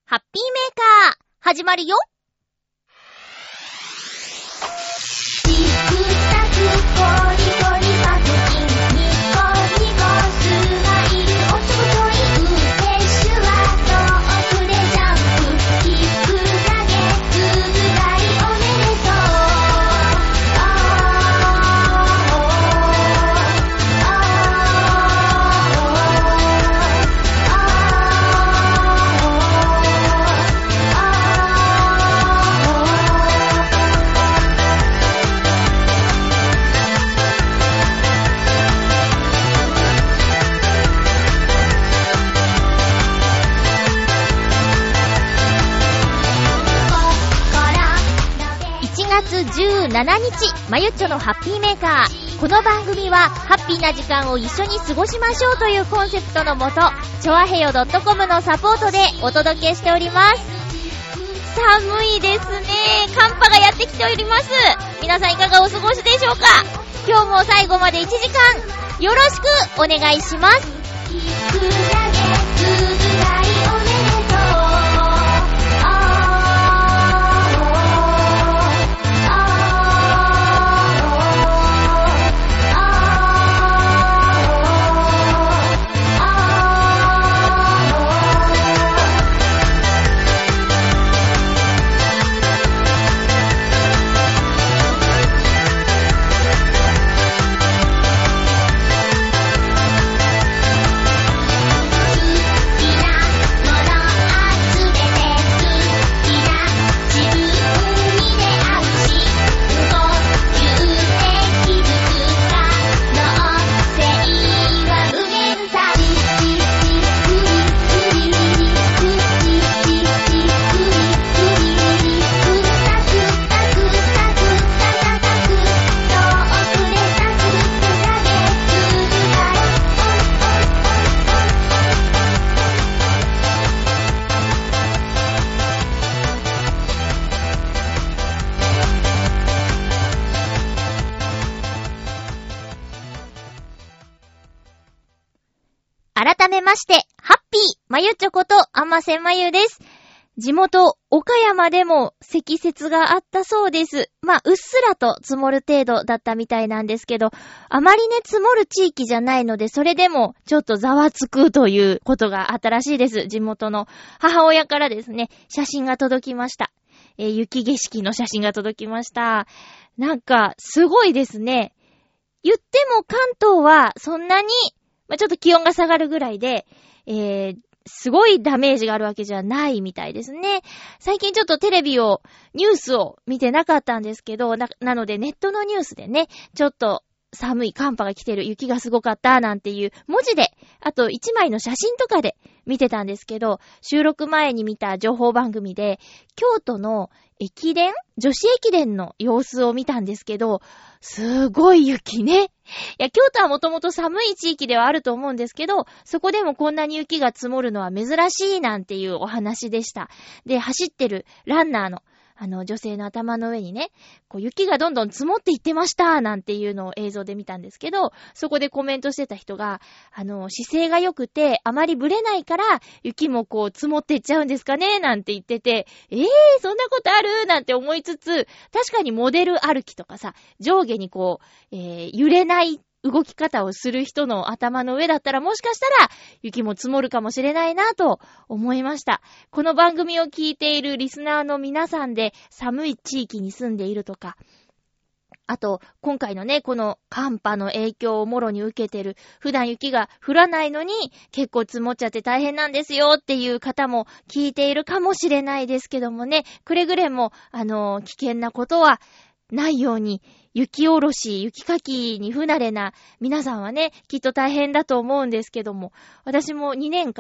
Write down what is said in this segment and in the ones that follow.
ハッピーメーカー始まるよ。17日、まゆっちょのハッピーメーカー。この番組はハッピーな時間を一緒に過ごしましょうというコンセプトのもと、ちょあへよ .com のサポートでお届けしております。寒いですね。寒波がやってきております。皆さんいかがお過ごしでしょうか。今日も最後まで1時間よろしくお願いします。改めまして、ハッピーまゆちょことあませまゆです。地元岡山でも積雪があったそうです。うっすらと積もる程度だったみたいなんですけど、あまりね積もる地域じゃないので、それでもちょっとざわつくということがあったらしいです。地元の母親からですね、写真が届きました。雪景色の写真が届きました。なんかすごいですね。言っても関東はそんなにちょっと気温が下がるぐらいで、すごいダメージがあるわけじゃないみたいですね。最近ちょっとテレビを、ニュースを見てなかったんですけど、なのでネットのニュースでね、ちょっと寒い寒波が来てる、雪がすごかったなんていう文字で、あと一枚の写真とかで見てたんですけど、収録前に見た情報番組で、京都の駅伝、女子駅伝の様子を見たんですけど、すごい雪ね。いや、京都はもともと寒い地域ではあると思うんですけど、そこでもこんなに雪が積もるのは珍しいなんていうお話でした。で、走ってるランナーの女性の頭の上にね、こう雪がどんどん積もっていってましたなんていうのを映像で見たんですけど、そこでコメントしてた人が、姿勢が良くてあまりブレないから雪もこう積もっていっちゃうんですかねなんて言ってて、そんなことあるなんて思いつつ、確かにモデル歩きとかさ、上下にこう、揺れない動き方をする人の頭の上だったらもしかしたら雪も積もるかもしれないなと思いました。この番組を聞いているリスナーの皆さんで寒い地域に住んでいるとか、あと今回のねこの寒波の影響をもろに受けてる、普段雪が降らないのに結構積もっちゃって大変なんですよっていう方も聞いているかもしれないですけどもね、くれぐれも危険なことはないように、雪下ろし、雪かきに不慣れな皆さんはね、きっと大変だと思うんですけども、私も3年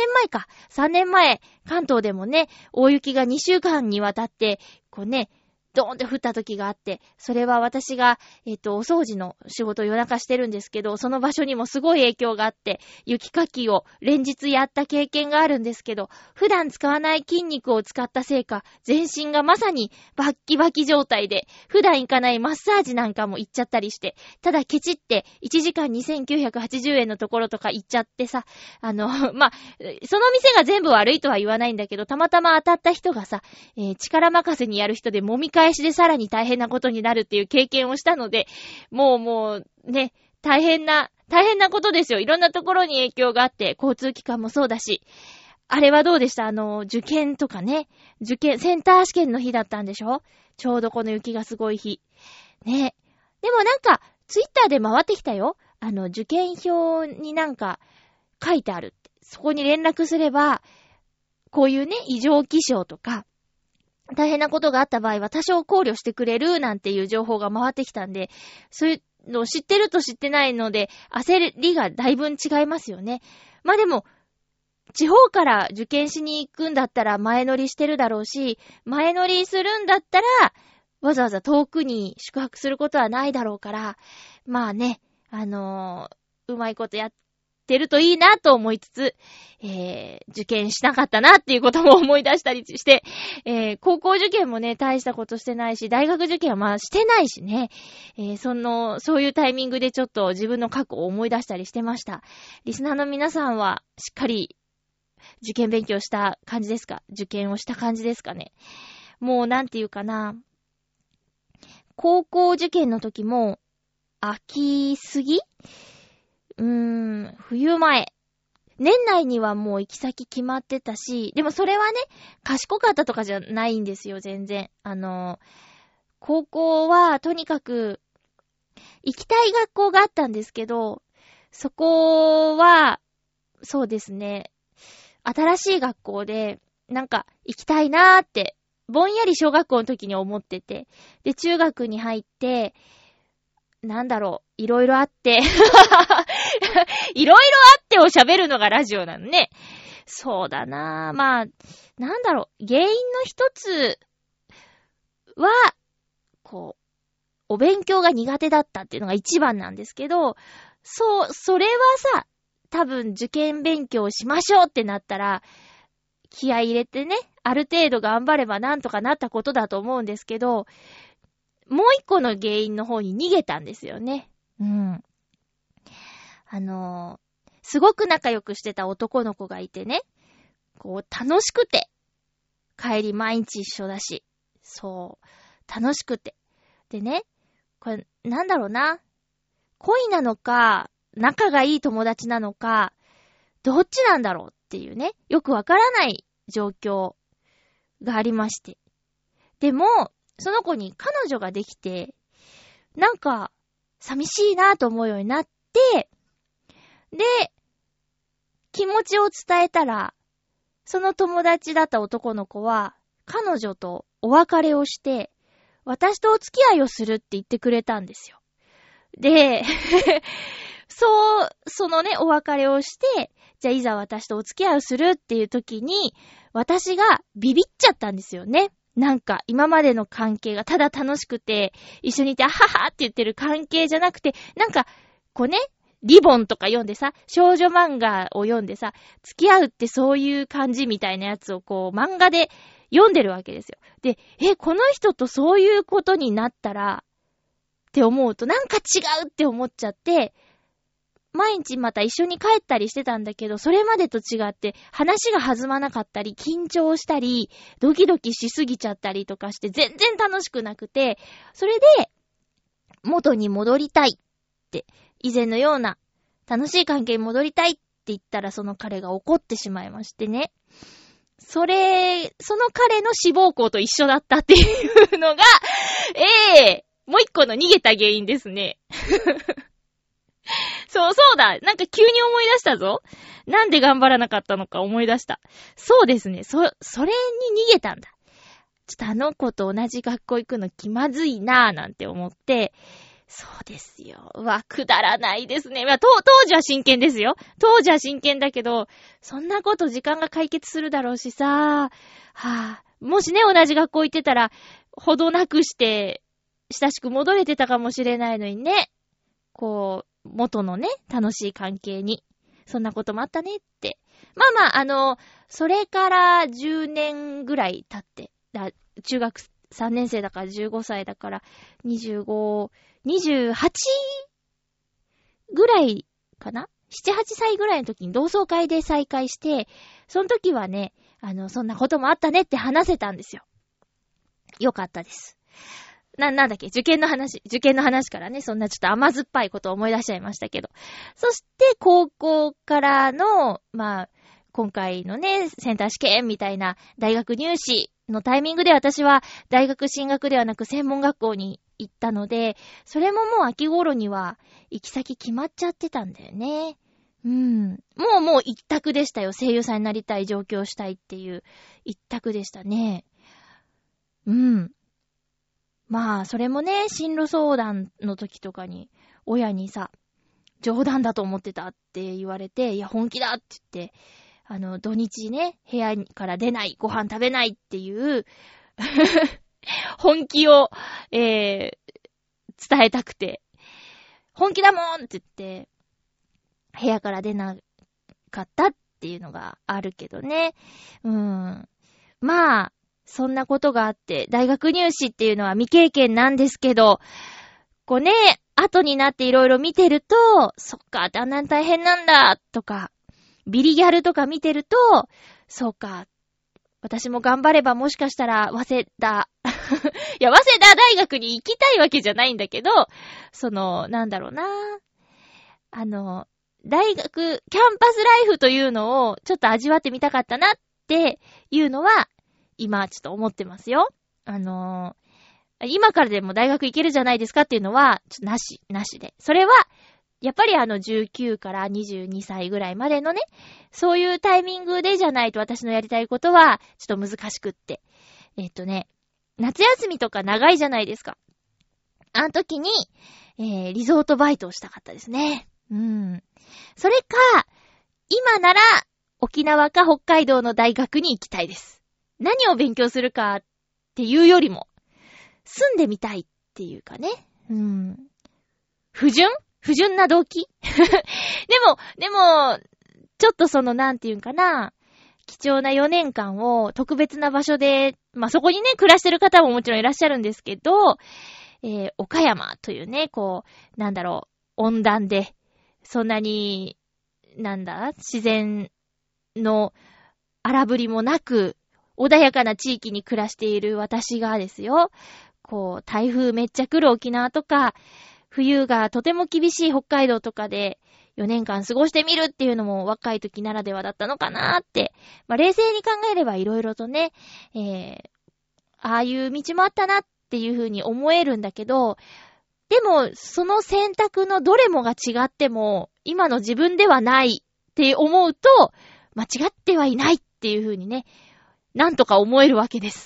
前、関東でもね、大雪が2週間にわたって、こうね、 ドーンって降った時があって、それは私が、お掃除の仕事を夜中してるんですけど、その場所にもすごい影響があって、雪かきを連日やった経験があるんですけど、普段使わない筋肉を使ったせいか、全身がまさにバッキバキ状態で、普段行かないマッサージなんかも行っちゃったりして、ただケチって1時間2980円のところとか行っちゃってさ、その店が全部悪いとは言わないんだけど、たまたま当たった人がさ、力任せにやる人で揉み返しでさらに大変なことになるっていう経験をしたので、もうね、大変なことですよ。いろんなところに影響があって、交通機関もそうだし、あれはどうでした？受験とかね、センター試験の日だったんでしょ？ちょうどこの雪がすごい日。ね。でもなんか、ツイッターで回ってきたよ。受験票になんか書いてあるって。そこに連絡すれば、こういうね、異常気象とか、大変なことがあった場合は多少考慮してくれるなんていう情報が回ってきたんで、そういうのを知ってると知ってないので、焦りがだいぶ違いますよね。まあでも、地方から受験しに行くんだったら前乗りしてるだろうし、前乗りするんだったら、わざわざ遠くに宿泊することはないだろうから、まあね、うまいことやってるといいなと思いつつ、受験しなかったなっていうことも思い出したりして、高校受験もね、大したことしてないし、大学受験はまあしてないしね、そういうタイミングでちょっと自分の過去を思い出したりしてました。リスナーの皆さんはしっかり受験勉強した感じですか？受験をした感じですかね？もうなんていうかな、高校受験の時も秋過ぎ？冬前。年内にはもう行き先決まってたし、でもそれはね、賢かったとかじゃないんですよ、全然。高校はとにかく行きたい学校があったんですけど、そこは、そうですね、新しい学校で、なんか行きたいなーって、ぼんやり小学校の時に思ってて、で、中学に入って、いろいろあって、いろいろあってを喋るのがラジオなのね。そうだなぁ。まあ、原因の一つは、お勉強が苦手だったっていうのが一番なんですけど、それはさ、多分受験勉強しましょうってなったら、気合い入れてね、ある程度頑張ればなんとかなったことだと思うんですけど、もう一個の原因の方に逃げたんですよね。すごく仲良くしてた男の子がいてね、楽しくて、帰り毎日一緒だし、楽しくて。でね、これ、恋なのか、仲がいい友達なのか、どっちなんだろうっていうね、よくわからない状況がありまして。でも、その子に彼女ができて、寂しいなと思うようになって、で、気持ちを伝えたら、その友達だった男の子は、彼女とお別れをして、私とお付き合いをするって言ってくれたんですよ。で、そのね、お別れをして、じゃあいざ私とお付き合いをするっていう時に、私がビビっちゃったんですよね。今までの関係がただ楽しくて、一緒にいて、あははって言ってる関係じゃなくて、リボンとか読んでさ、少女漫画を読んでさ、付き合うってそういう感じみたいなやつを漫画で読んでるわけですよ。で、この人とそういうことになったら、って思うと違うって思っちゃって、毎日また一緒に帰ったりしてたんだけど、それまでと違って話が弾まなかったり、緊張したり、ドキドキしすぎちゃったりとかして全然楽しくなくて、それで元に戻りたいって、以前のような楽しい関係に戻りたいって言ったらその彼が怒ってしまいましてね。その彼の志望校と一緒だったっていうのが、もう一個の逃げた原因ですね。そうだ。急に思い出したぞ。なんで頑張らなかったのか思い出した。そうですね。それに逃げたんだ。ちょっとあの子と同じ学校行くの気まずいなぁなんて思って、そうですよ。くだらないですね。当時は真剣ですよ。当時は真剣だけど、そんなこと時間が解決するだろうしさ。もしね、同じ学校行ってたら、 ほどなくして親しく戻れてたかもしれないのにね。こう、元のね、楽しい関係に。そんなこともあったねって。それから10年ぐらい経って、中学3年生だから15歳だから25、28ぐらいかな ?7、8歳ぐらいの時に同窓会で再会して、その時はね、そんなこともあったねって話せたんですよ。よかったです。なんだっけ、受験の話からね、そんなちょっと甘酸っぱいことを思い出しちゃいましたけど。そして、高校からの、今回のね、センター試験みたいな大学入試のタイミングで私は大学進学ではなく専門学校に行ったので、それももう秋頃には行き先決まっちゃってたんだよね。もう一択でしたよ。声優さんになりたい、上京したいっていう一択でしたね。それもね、進路相談の時とかに、親にさ、冗談だと思ってたって言われて、いや、本気だって言って、土日ね、部屋から出ない、ご飯食べないっていう、本気を、伝えたくて、本気だもんって言って、部屋から出なかったっていうのがあるけどね。そんなことがあって、大学入試っていうのは未経験なんですけど、こうね、後になっていろいろ見てると、そっか、あんなに大変なんだ、とか、ビリギャルとか見てると、そうか、私も頑張ればもしかしたら早稲田、いや、早稲田大学に行きたいわけじゃないんだけど、大学、キャンパスライフというのをちょっと味わってみたかったなっていうのは、今ちょっと思ってますよ。今からでも大学行けるじゃないですかっていうのは、ちょっとなしで。それは、やっぱり19から22歳ぐらいまでのね、そういうタイミングでじゃないと私のやりたいことは、ちょっと難しくって。夏休みとか長いじゃないですか。あの時に、リゾートバイトをしたかったですね。それか、今なら、沖縄か北海道の大学に行きたいです。何を勉強するかっていうよりも、住んでみたいっていうかね。不純な動機でも、ちょっとなんていうんかな、貴重な4年間を特別な場所で、そこにね、暮らしてる方ももちろんいらっしゃるんですけど、岡山というね、温暖で、そんなに、自然の荒ぶりもなく、穏やかな地域に暮らしている私がですよ、台風めっちゃ来る沖縄とか、冬がとても厳しい北海道とかで4年間過ごしてみるっていうのも若い時ならではだったのかなーって。冷静に考えればいろいろとね、ああいう道もあったなっていう風に思えるんだけど、でもその選択のどれもが違っても、今の自分ではないって思うと、間違ってはいないっていう風にね、なんとか思えるわけです。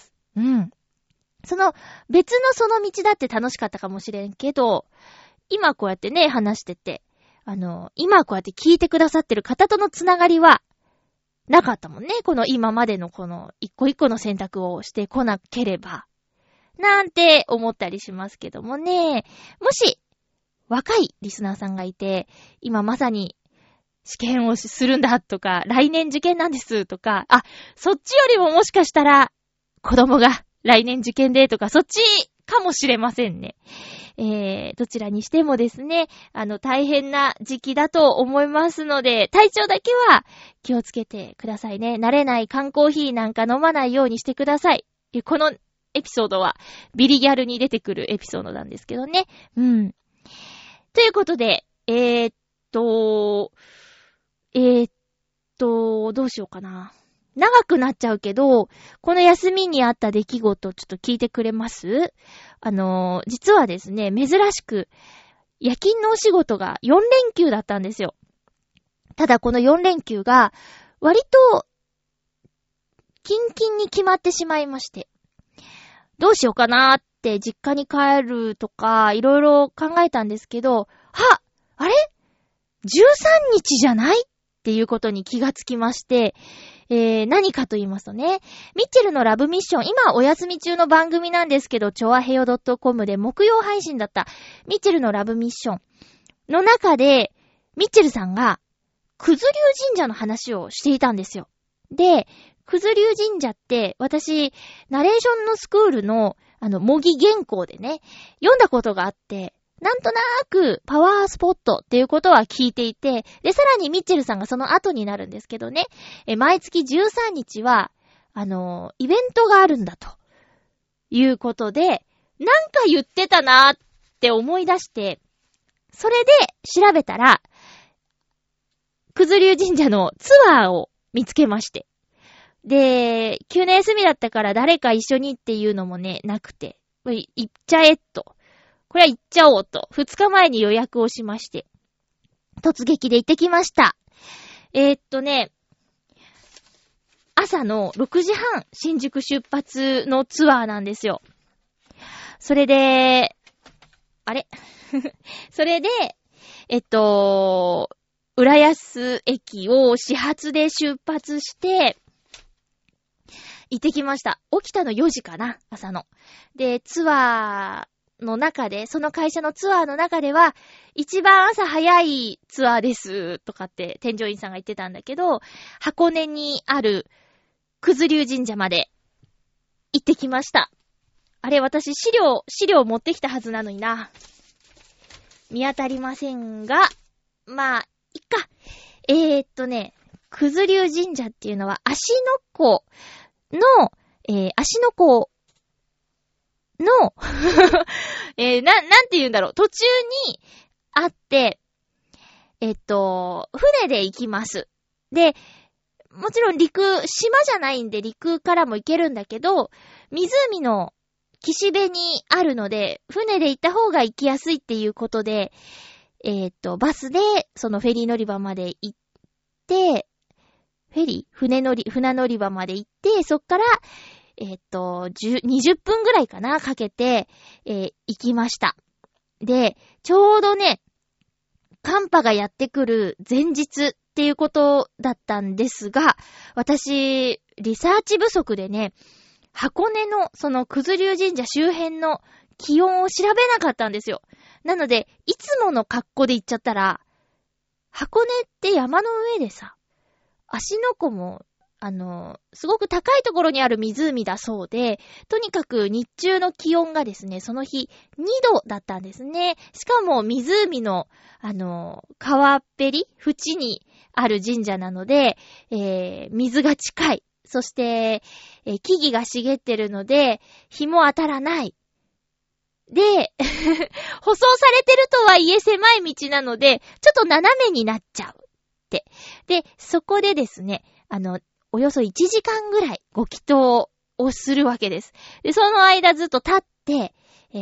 別のその道だって楽しかったかもしれんけど、今こうやってね、話してて、今こうやって聞いてくださってる方とのつながりは、なかったもんね。この今までのこの一個一個の選択をしてこなければ。なんて思ったりしますけどもね。もし、若いリスナーさんがいて、今まさに試験をするんだとか、来年受験なんですとか、そっちよりももしかしたら、子供が来年受験でとか、そっちかもしれませんね。どちらにしてもですね、大変な時期だと思いますので、体調だけは気をつけてくださいね。慣れない缶コーヒーなんか飲まないようにしてください。このエピソードはビリギャルに出てくるエピソードなんですけどね。ということで、どうしようかな。長くなっちゃうけど、この休みにあった出来事ちょっと聞いてくれます？実はですね、珍しく夜勤のお仕事が4連休だったんですよ。ただこの4連休が割とキンキンに決まってしまいまして、どうしようかなーって実家に帰るとかいろいろ考えたんですけど、あれ ?13 日じゃないっていうことに気がつきまして、 何かと言いますとね、ミッチェルのラブミッション、今お休み中の番組なんですけど、チョアヘヨ .com で木曜配信だったミッチェルのラブミッションの中で、ミッチェルさんが九頭龍神社の話をしていたんですよ。で、九頭龍神社って私、ナレーションのスクールの模擬原稿でね、読んだことがあって、なんとなくパワースポットっていうことは聞いていて、で、さらにミッチェルさんがその後になるんですけどね、毎月13日は、イベントがあるんだということで、なんか言ってたなーって思い出して、それで調べたら、九頭龍神社のツアーを見つけまして。で、急な休みだったから誰か一緒にっていうのもね、なくて、行っちゃえと。これは行っちゃおうと。2日前に予約をしまして。突撃で行ってきました。朝の6時半、新宿出発のツアーなんですよ。それで、それで、浦安駅を始発で出発して、行ってきました。起きたの4時かな、朝の。で、ツアーの中で、その会社のツアーの中では、一番朝早いツアーですとかって添乗員さんが言ってたんだけど、箱根にある九頭龍神社まで行ってきました。あれ、私資料持ってきたはずなのにな。見当たりませんが、まあ、いっか。九頭龍神社っていうのは芦ノ湖の、芦ノ湖のなんて言うんだろう。途中にあって、船で行きます。で、もちろん島じゃないんで陸からも行けるんだけど、湖の岸辺にあるので、船で行った方が行きやすいっていうことで、バスで、そのフェリー乗り場まで行って、船乗り場まで行って、そっから、20分ぐらいかな、かけて、行きました。で、ちょうどね、寒波がやってくる前日っていうことだったんですが、私、リサーチ不足でね、箱根のその九頭龍神社周辺の気温を調べなかったんですよ。なので、いつもの格好で行っちゃったら、箱根って山の上でさ、芦ノ湖も、すごく高いところにある湖だそうで、とにかく日中の気温がですね、その日2度だったんですね。しかも湖の、川っぺり、縁にある神社なので、水が近い。そして、木々が茂ってるので、日も当たらない。で、舗装されてるとはいえ狭い道なので、ちょっと斜めになっちゃうって。で、そこでですね、およそ1時間ぐらいご祈祷をするわけです。で、その間ずっと立って、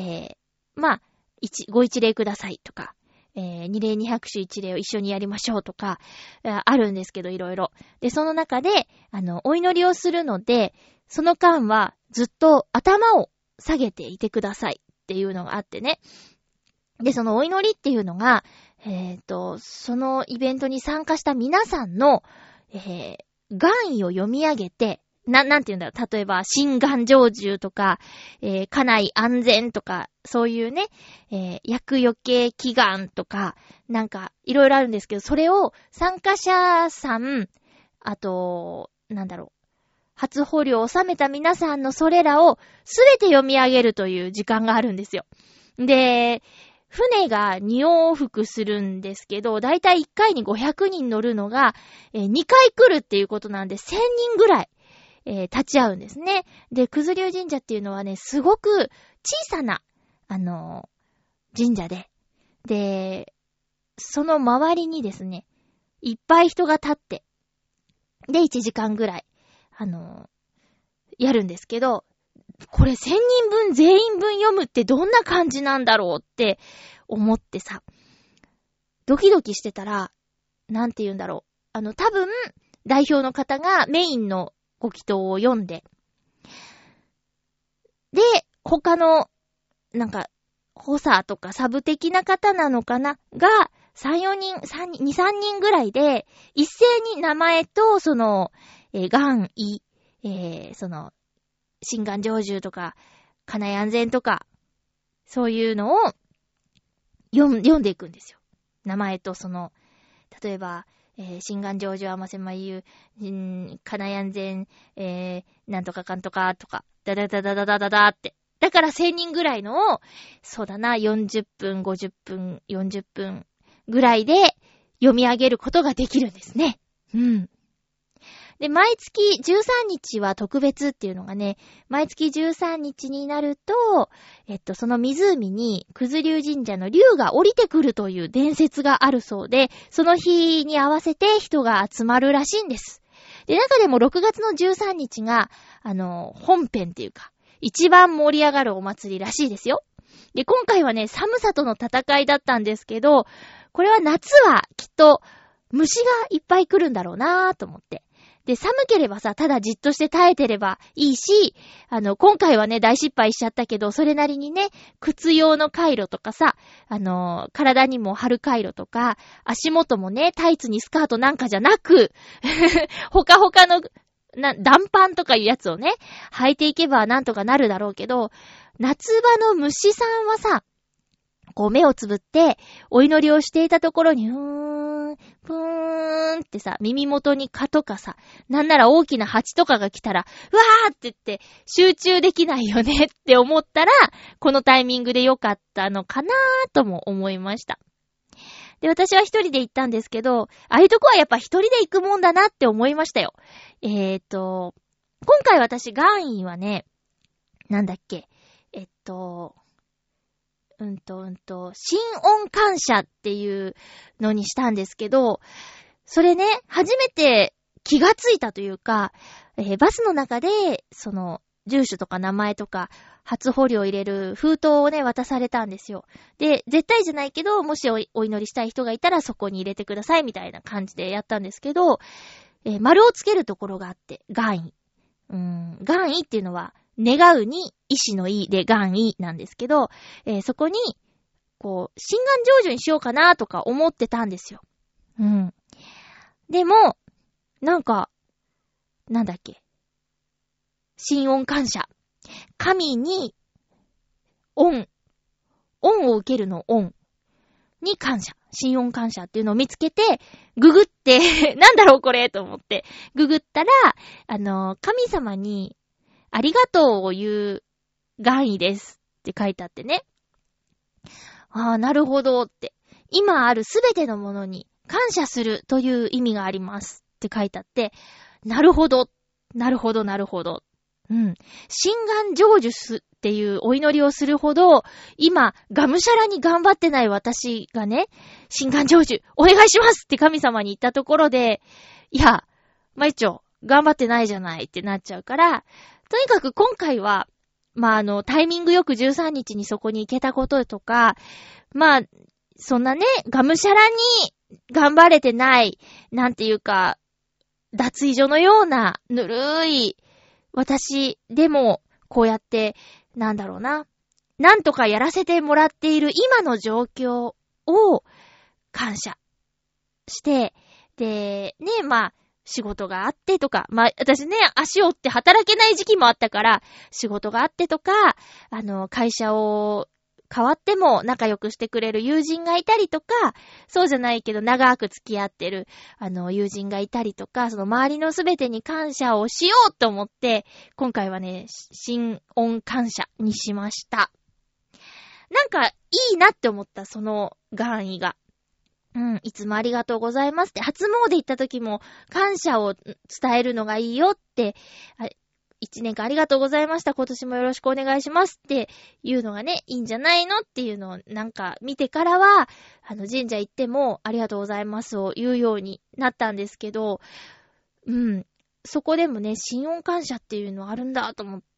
ご一礼くださいとか、二礼二拍手一礼を一緒にやりましょうとか、あるんですけどいろいろ。で、その中で、お祈りをするので、その間はずっと頭を下げていてくださいっていうのがあってね。で、そのお祈りっていうのが、そのイベントに参加した皆さんの、願意を読み上げて、なんて言うんだろう。例えば、心願成就とか、家内安全とか、そういうね、厄除け祈願とか、なんか、いろいろあるんですけど、それを参加者さん、あと、初捕虜を収めた皆さんのそれらをすべて読み上げるという時間があるんですよ。で、船が2往復するんですけど、だいたい1回に500人乗るのが、2回来るっていうことなんで、1000人ぐらい、立ち会うんですね。で、九頭龍神社っていうのはね、すごく小さな、神社で、その周りにですね、いっぱい人が立って、で、1時間ぐらい、やるんですけど、これ1000人分全員分読むってどんな感じなんだろうって思ってさ、ドキドキしてたら、なんて言うんだろう。多分、代表の方がメインのご祈祷を読んで、で、他の、補佐とかサブ的な方なのかなが、2、3人ぐらいで、一斉に名前と、 願意、心願成就とか、家内安全とか、そういうのを読んでいくんですよ。名前と例えば、心願成就甘瀬まゆ、家内安全、なんとかかんとかとか、ダダダダダダダダって。だから1000人ぐらいのを、そうだな、40分、50分、40分ぐらいで読み上げることができるんですね。うん。で、毎月13日は特別っていうのがね、毎月13日になると、その湖に九頭龍神社の龍が降りてくるという伝説があるそうで、その日に合わせて人が集まるらしいんです。で、中でも6月の13日が、本編っていうか、一番盛り上がるお祭りらしいですよ。で、今回はね、寒さとの戦いだったんですけど、これは夏はきっと虫がいっぱい来るんだろうなぁと思って。で、寒ければさ、ただじっとして耐えてればいいし、今回はね、大失敗しちゃったけど、それなりにね、靴用のカイロとかさ、体にも貼るカイロとか、足元もね、タイツにスカートなんかじゃなく、ほかほかの、暖パンとかいうやつをね、履いていけばなんとかなるだろうけど、夏場の虫さんはさ、こう目をつぶって、お祈りをしていたところに、ぷーんってさ、耳元に蚊とかさ、なんなら大きな蜂とかが来たら、うわーって言って集中できないよねって思ったら、このタイミングで良かったのかなーとも思いました。で、私は一人で行ったんですけど、ああいうとこはやっぱ一人で行くもんだなって思いましたよ。今回私、願意はね、なんだっけ、心音感謝っていうのにしたんですけど、それね、初めて気がついたというか、バスの中で、住所とか名前とか、初保料入れる封筒をね、渡されたんですよ。で、絶対じゃないけど、もしお祈りしたい人がいたらそこに入れてくださいみたいな感じでやったんですけど、丸をつけるところがあって、願意。願意っていうのは、願うに意志の意で願意なんですけど、そこに、こう、心願成就にしようかなとか思ってたんですよ。うん。でも、なんか、なんだっけ。心音感謝。神に、恩を受けるの恩に感謝。心音感謝っていうのを見つけて、ググって、なんだろうこれと思って、ググったら、神様に、ありがとうを言う願意ですって書いてあってね。ああ、なるほどって。今あるすべてのものに感謝するという意味がありますって書いてあって、なるほど、なるほど、なるほど。うん。心願成就っていうお祈りをするほど、今、がむしゃらに頑張ってない私がね、心願成就、お願いしますって神様に言ったところで、いや、まいちょ、頑張ってないじゃないってなっちゃうから、とにかく今回は、タイミングよく13日にそこに行けたこととか、そんなね、がむしゃらに頑張れてない、なんていうか、脱衣所のようなぬるい私でもこうやってなんとかやらせてもらっている今の状況を感謝してでね、仕事があってとか、私ね、足を折って働けない時期もあったから仕事があってとか、会社を変わっても仲良くしてくれる友人がいたりとか、そうじゃないけど長く付き合ってる友人がいたりとか、その周りのすべてに感謝をしようと思って、今回はね、心音感謝にしました。なんかいいなって思った、その願意が。いつもありがとうございますって、初詣行った時も感謝を伝えるのがいいよって、1年間ありがとうございました。今年もよろしくお願いしますっていうのがね、いいんじゃないのっていうのをなんか見てからは、神社行ってもありがとうございますを言うようになったんですけど、そこでもね、心音感謝っていうのあるんだと思って、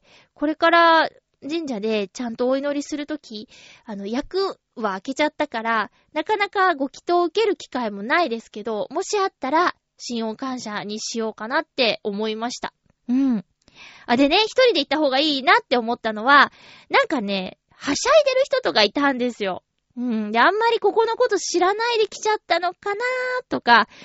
これから神社でちゃんとお祈りするとき、役は開けちゃったから、なかなかご祈祷を受ける機会もないですけど、もしあったら、心音感謝にしようかなって思いました。でね、一人で行った方がいいなって思ったのは、なんかね、はしゃいでる人とかいたんですよ。で、あんまりここのこと知らないで来ちゃったのかなとか、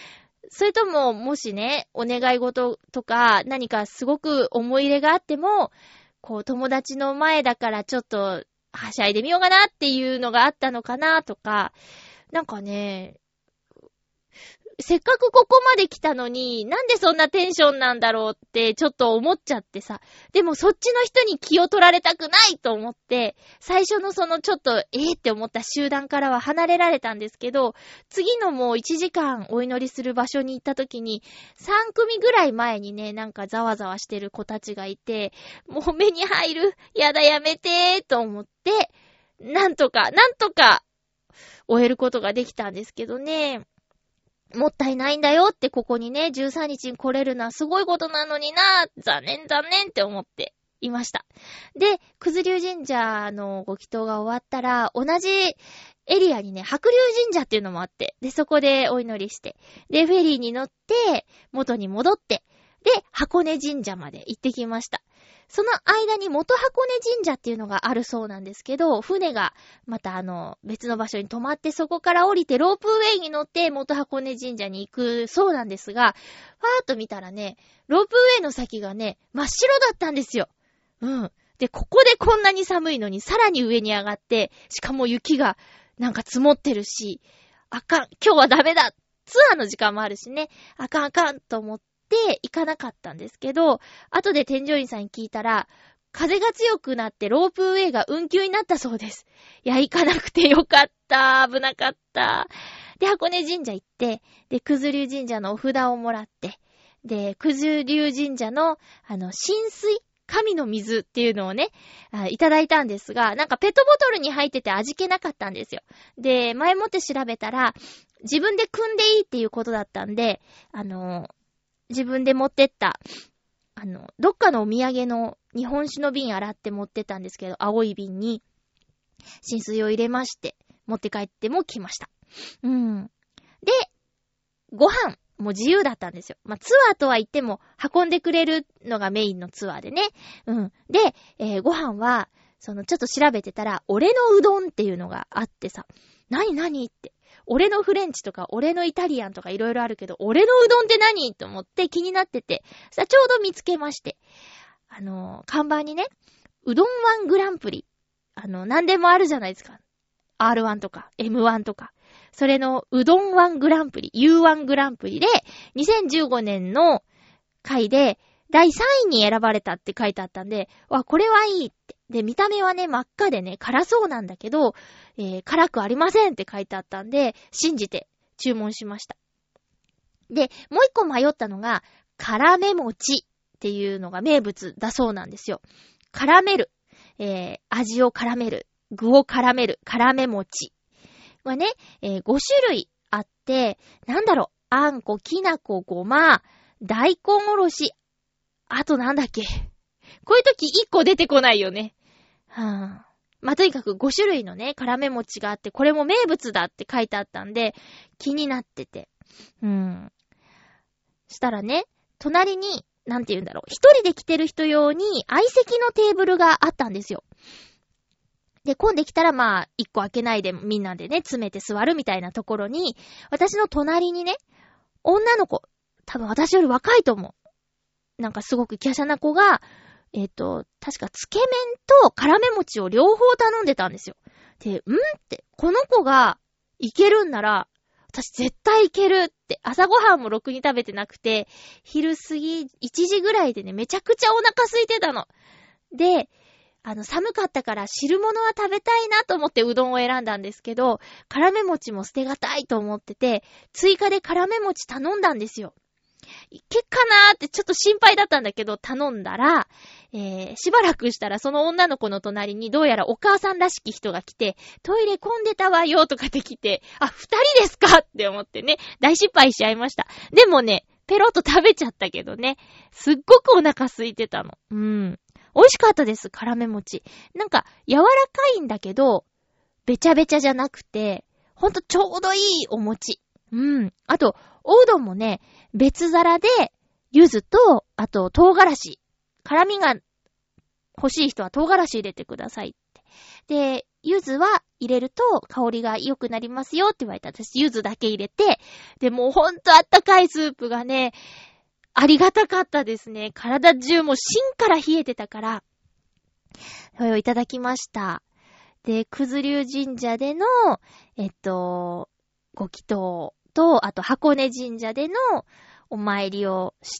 それとも、もしね、お願い事とか、何かすごく思い入れがあっても、こう、友達の前だからちょっと、はしゃいでみようかなっていうのがあったのかなとか、なんかね、せっかくここまで来たのに、なんでそんなテンションなんだろうってちょっと思っちゃってさ。でもそっちの人に気を取られたくないと思って、最初のそのちょっとって思った集団からは離れられたんですけど、次のもう1時間お祈りする場所に行った時に、3組ぐらい前にね、なんかざわざわしてる子たちがいて、もう目に入る、やだやめてと思って、なんとか終えることができたんですけどね。もったいないんだよってここにね、13日に来れるのはすごいことなのにな、残念って思っていました。で、九頭龍神社のご祈祷が終わったら、同じエリアにね、白龍神社っていうのもあって、で、そこでお祈りして、で、フェリーに乗って、元に戻って、で、箱根神社まで行ってきました。その間に元箱根神社っていうのがあるそうなんですけど、船がまた別の場所に止まってそこから降りてロープウェイに乗って元箱根神社に行くそうなんですが、ファーっと見たらね、ロープウェイの先がね、真っ白だったんですよ。うん。で、ここでこんなに寒いのにさらに上に上がって、しかも雪がなんか積もってるし、あかん、今日はダメだ。ツアーの時間もあるしね、あかんと思って、行かなかったんですけど、後で添乗員さんに聞いたら、風が強くなってロープウェイが運休になったそうです。いや、行かなくてよかった。危なかった。で、箱根神社行って、で、九頭龍神社のお札をもらって、で、九頭龍神社の、神水神の水っていうのをね、いただいたんですが、なんかペットボトルに入ってて味気なかったんですよ。で、前もって調べたら、自分で汲んでいいっていうことだったんで、自分で持ってった、どっかのお土産の日本酒の瓶洗って持ってったんですけど、青い瓶に、浸水を入れまして、持って帰っても来ました。で、ご飯も自由だったんですよ。まあ、ツアーとは言っても、運んでくれるのがメインのツアーでね。で、ご飯は、ちょっと調べてたら、俺のうどんっていうのがあってさ、何って。俺のフレンチとか、俺のイタリアンとかいろいろあるけど、俺のうどんって何と思って気になってて、さあちょうど見つけまして。看板にね、うどん1グランプリ。何でもあるじゃないですか。R1 とか、M1 とか。それのうどん1グランプリ、U1 グランプリで、2015年の回で、第3位に選ばれたって書いてあったんで、わ、これはいいって。で、見た目はね、真っ赤でね、辛そうなんだけど、辛くありませんって書いてあったんで、信じて注文しました。で、もう一個迷ったのが、辛め餅っていうのが名物だそうなんですよ。絡める。味を絡める。具を絡める。辛め餅。はね、5種類あって、あんこ、きなこ、ごま、大根おろし、あとなんだっけ。こういう時1個出てこないよね。まあ、とにかく5種類のね、辛め餅があって、これも名物だって書いてあったんで、気になってて。したらね、隣に、一人で来てる人用に相席のテーブルがあったんですよ。で、混んできたらまあ、1個開けないでみんなでね、詰めて座るみたいなところに、私の隣にね、女の子、多分私より若いと思う。なんかすごく華奢な子が、確かつけ麺と辛め餅を両方頼んでたんですよ。で、って、この子がいけるんなら、私絶対いけるって、朝ごはんもろくに食べてなくて、昼過ぎ1時ぐらいでね、めちゃくちゃお腹空いてたの。で、寒かったから汁物は食べたいなと思ってうどんを選んだんですけど、辛め餅も捨てがたいと思ってて、追加で辛め餅頼んだんですよ。いけっかなーってちょっと心配だったんだけど頼んだら、しばらくしたらその女の子の隣にどうやらお母さんらしき人が来て、トイレ混んでたわよとかって来て、あ、2人ですかって思ってね、大失敗しちゃいました。でもね、ペロッと食べちゃったけどね、すっごくお腹空いてたの。美味しかったです、辛め餅。なんか柔らかいんだけど、べちゃべちゃじゃなくて、ほんとちょうどいいお餅。あと、おうどんもね、別皿で、柚子と、あと、唐辛子。辛みが欲しい人は唐辛子入れてくださいってで、柚子は入れると香りが良くなりますよって言われた。私、柚子だけ入れて、で、もうほんとあったかいスープがね、ありがたかったですね。体中もう芯から冷えてたから、それをいただきました。で、九頭龍神社での、ご祈祷と、あと箱根神社でのお参りをして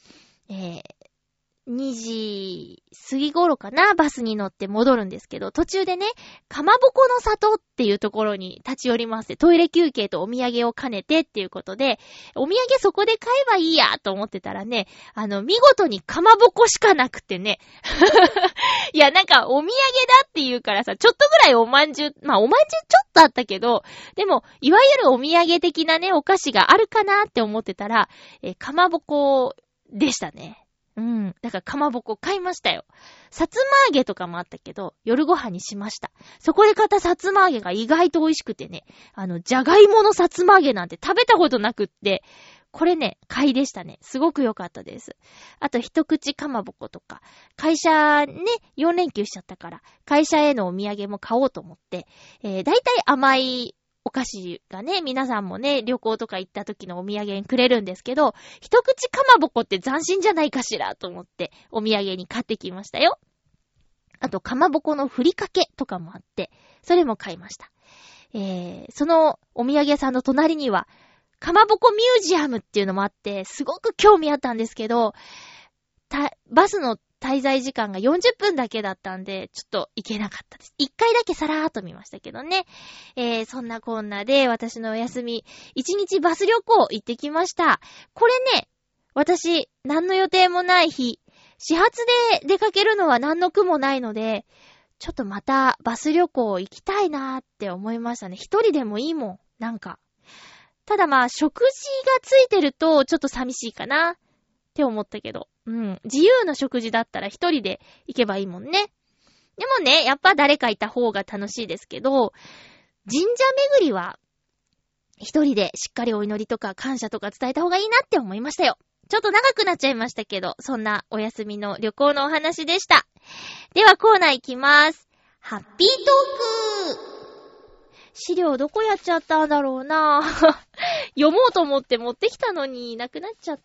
、2時過ぎ頃かな、バスに乗って戻るんですけど、途中でね、かまぼこの里っていうところに立ち寄りまして、トイレ休憩とお土産を兼ねてっていうことで、お土産そこで買えばいいやと思ってたらね、見事にかまぼこしかなくてね。いや、なんかお土産だって言うからさ、ちょっとぐらいおまんじゅう、まあおまんじゅうちょっとあったけど、でも、いわゆるお土産的なね、お菓子があるかなって思ってたら、かまぼこでしたね。うん。だからかまぼこ買いましたよ。さつま揚げとかもあったけど、夜ご飯にしました。そこで買ったさつま揚げが意外と美味しくてね、じゃがいものさつま揚げなんて食べたことなくって、これね、買いでしたね。すごく良かったです。あと一口かまぼことか、会社ね、4連休しちゃったから、会社へのお土産も買おうと思って、だいたい甘いお菓子がね、皆さんもね、旅行とか行った時のお土産にくれるんですけど、一口かまぼこって斬新じゃないかしらと思って、お土産に買ってきましたよ。あと、かまぼこのふりかけとかもあって、それも買いました。そのお土産屋さんの隣には、かまぼこミュージアムっていうのもあって、すごく興味あったんですけど、バスの滞在時間が40分だけだったんで、ちょっと行けなかったです。1回だけさらーっと見ましたけどね。そんなこんなで私のお休み、1日バス旅行行ってきました。これね、私、何の予定もない日、始発で出かけるのは何の苦もないので、ちょっとまたバス旅行行きたいなーって思いましたね。一人でもいいもん、なんか。ただまあ、食事がついてるとちょっと寂しいかなって思ったけど。うん。自由な食事だったら一人で行けばいいもんね。でもね、やっぱ誰かいた方が楽しいですけど、神社巡りは一人でしっかりお祈りとか感謝とか伝えた方がいいなって思いましたよ。ちょっと長くなっちゃいましたけど、そんなお休みの旅行のお話でした。ではコーナー行きます。ハッピートーク。資料どこやっちゃったんだろうな読もうと思って持ってきたのになくなっちゃった。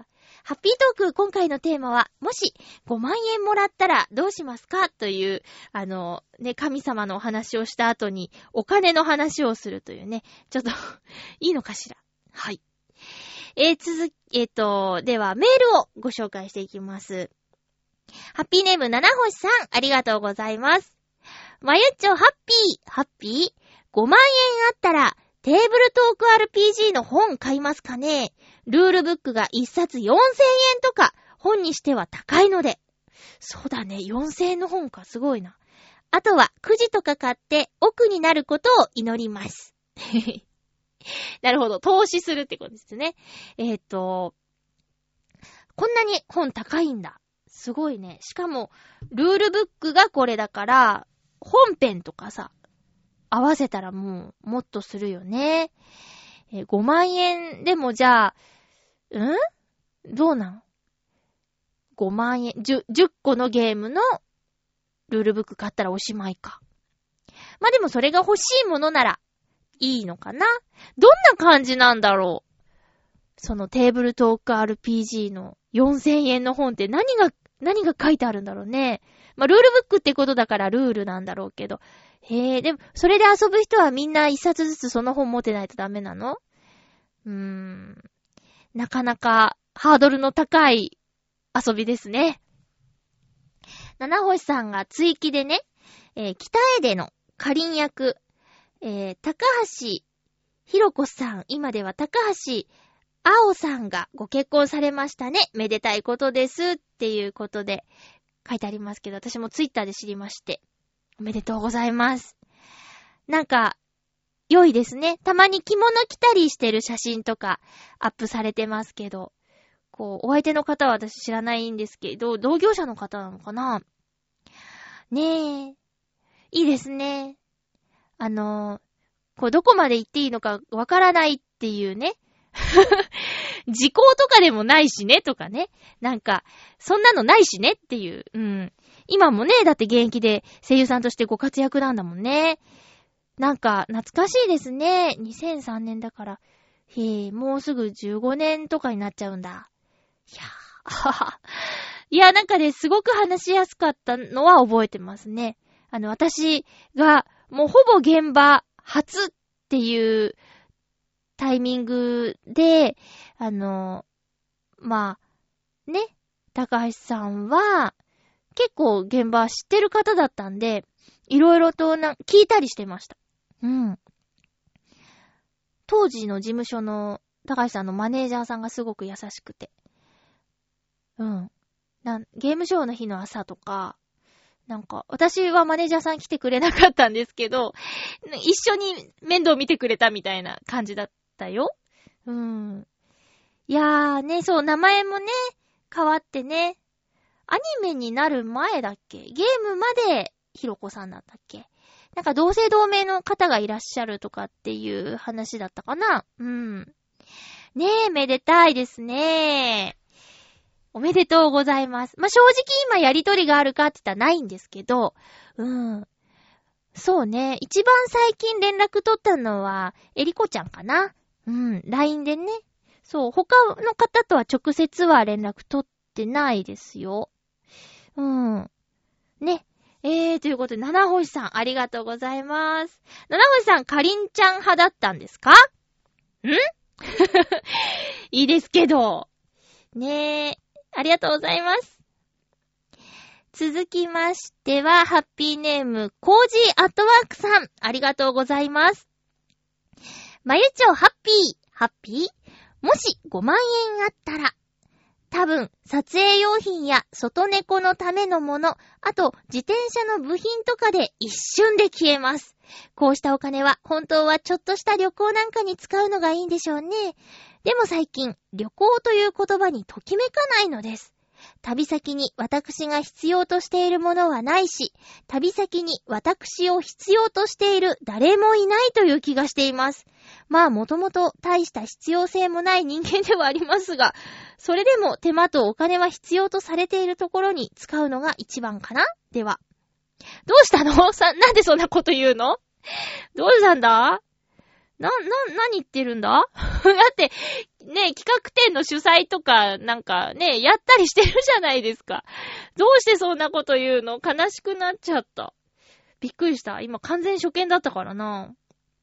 ハッピートーク、今回のテーマは、もし5万円もらったらどうしますかという、ね、神様のお話をした後にお金の話をするというね、ちょっといいのかしら。はい。ではメールをご紹介していきます。ハッピーネーム七星さん、ありがとうございます。まゆっちょ、ハッピー5万円あったら、テーブルトーク RPG の本買いますかね？ルールブックが1冊4000円とか、本にしては高いので。そうだね、4000円の本か、すごいな。あとは、くじとか買って奥になることを祈ります。なるほど、投資するってことですね。こんなに本高いんだ。すごいね。しかも、ルールブックがこれだから、本編とかさ、合わせたらもっとするよね。5万円でもじゃあ、どうなん ?5 万円、10個のゲームのルールブック買ったらおしまいか。まあでもそれが欲しいものならいいのかな？どんな感じなんだろう？そのテーブルトーク RPG の4000円の本って何が書いてあるんだろうね。まあルールブックってことだからルールなんだろうけど。でも、それで遊ぶ人はみんな一冊ずつその本持ってないとダメなの？なかなかハードルの高い遊びですね。七星さんが追記でね、北江でのかりん役、高橋ひろこさん、今では高橋あおさんがご結婚されましたね。めでたいことですっていうことで書いてありますけど、私もツイッターで知りまして。おめでとうございます。なんか、良いですね。たまに着物着たりしてる写真とかアップされてますけど、こう、お相手の方は私知らないんですけど、同業者の方なのかな？ねえ。いいですね。こう、どこまで行っていいのかわからないっていうね。 時効とかでもないしね、とかね。なんか、そんなのないしねっていう。今もね、だって現役で声優さんとしてご活躍なんだもんね。なんか、懐かしいですね。2003年だから。もうすぐ15年とかになっちゃうんだ。いや、なんかね、すごく話しやすかったのは覚えてますね。私が、もうほぼ現場初っていうタイミングで、まあ、ね、高橋さんは、結構現場知ってる方だったんで、いろいろと聞いたりしてました。当時の事務所の高橋さんのマネージャーさんがすごく優しくて。ゲームショーの日の朝とか、なんか、私はマネージャーさん来てくれなかったんですけど、一緒に面倒見てくれたみたいな感じだったよ。いやーね、そう、名前もね、変わってね、アニメになる前だっけ？ゲームまでひろこさんだったっけ？なんか同姓同名の方がいらっしゃるとかっていう話だったかな？ねえ、めでたいですね。おめでとうございます。まあ、正直今やりとりがあるかって言ったらないんですけど、そうね、一番最近連絡取ったのは、えりこちゃんかな。LINE でね。そう、他の方とは直接は連絡取ってないですよ。ね。ということで、七星さん、ありがとうございます。七星さん、かりんちゃん派だったんですか？いいですけど。ねえ。ありがとうございます。続きましては、ハッピーネーム、コージーアットワークさん。ありがとうございます。まゆちょハッピーもし5万円あったら、多分、撮影用品や外猫のためのもの、あと、自転車の部品とかで一瞬で消えます。こうしたお金は、本当はちょっとした旅行なんかに使うのがいいんでしょうね。でも最近、旅行という言葉にときめかないのです。旅先に私が必要としているものはないし、旅先に私を必要としている誰もいないという気がしています。まあもともと大した必要性もない人間ではありますが、それでも手間とお金は必要とされているところに使うのが一番かな？では。どうしたの？なんでそんなこと言うの？どうしたんだ？何言ってるんだ？だって、ね、企画展の主催とか、なんかね、やったりしてるじゃないですか。どうしてそんなこと言うの？悲しくなっちゃった。びっくりした。今完全初見だったからな。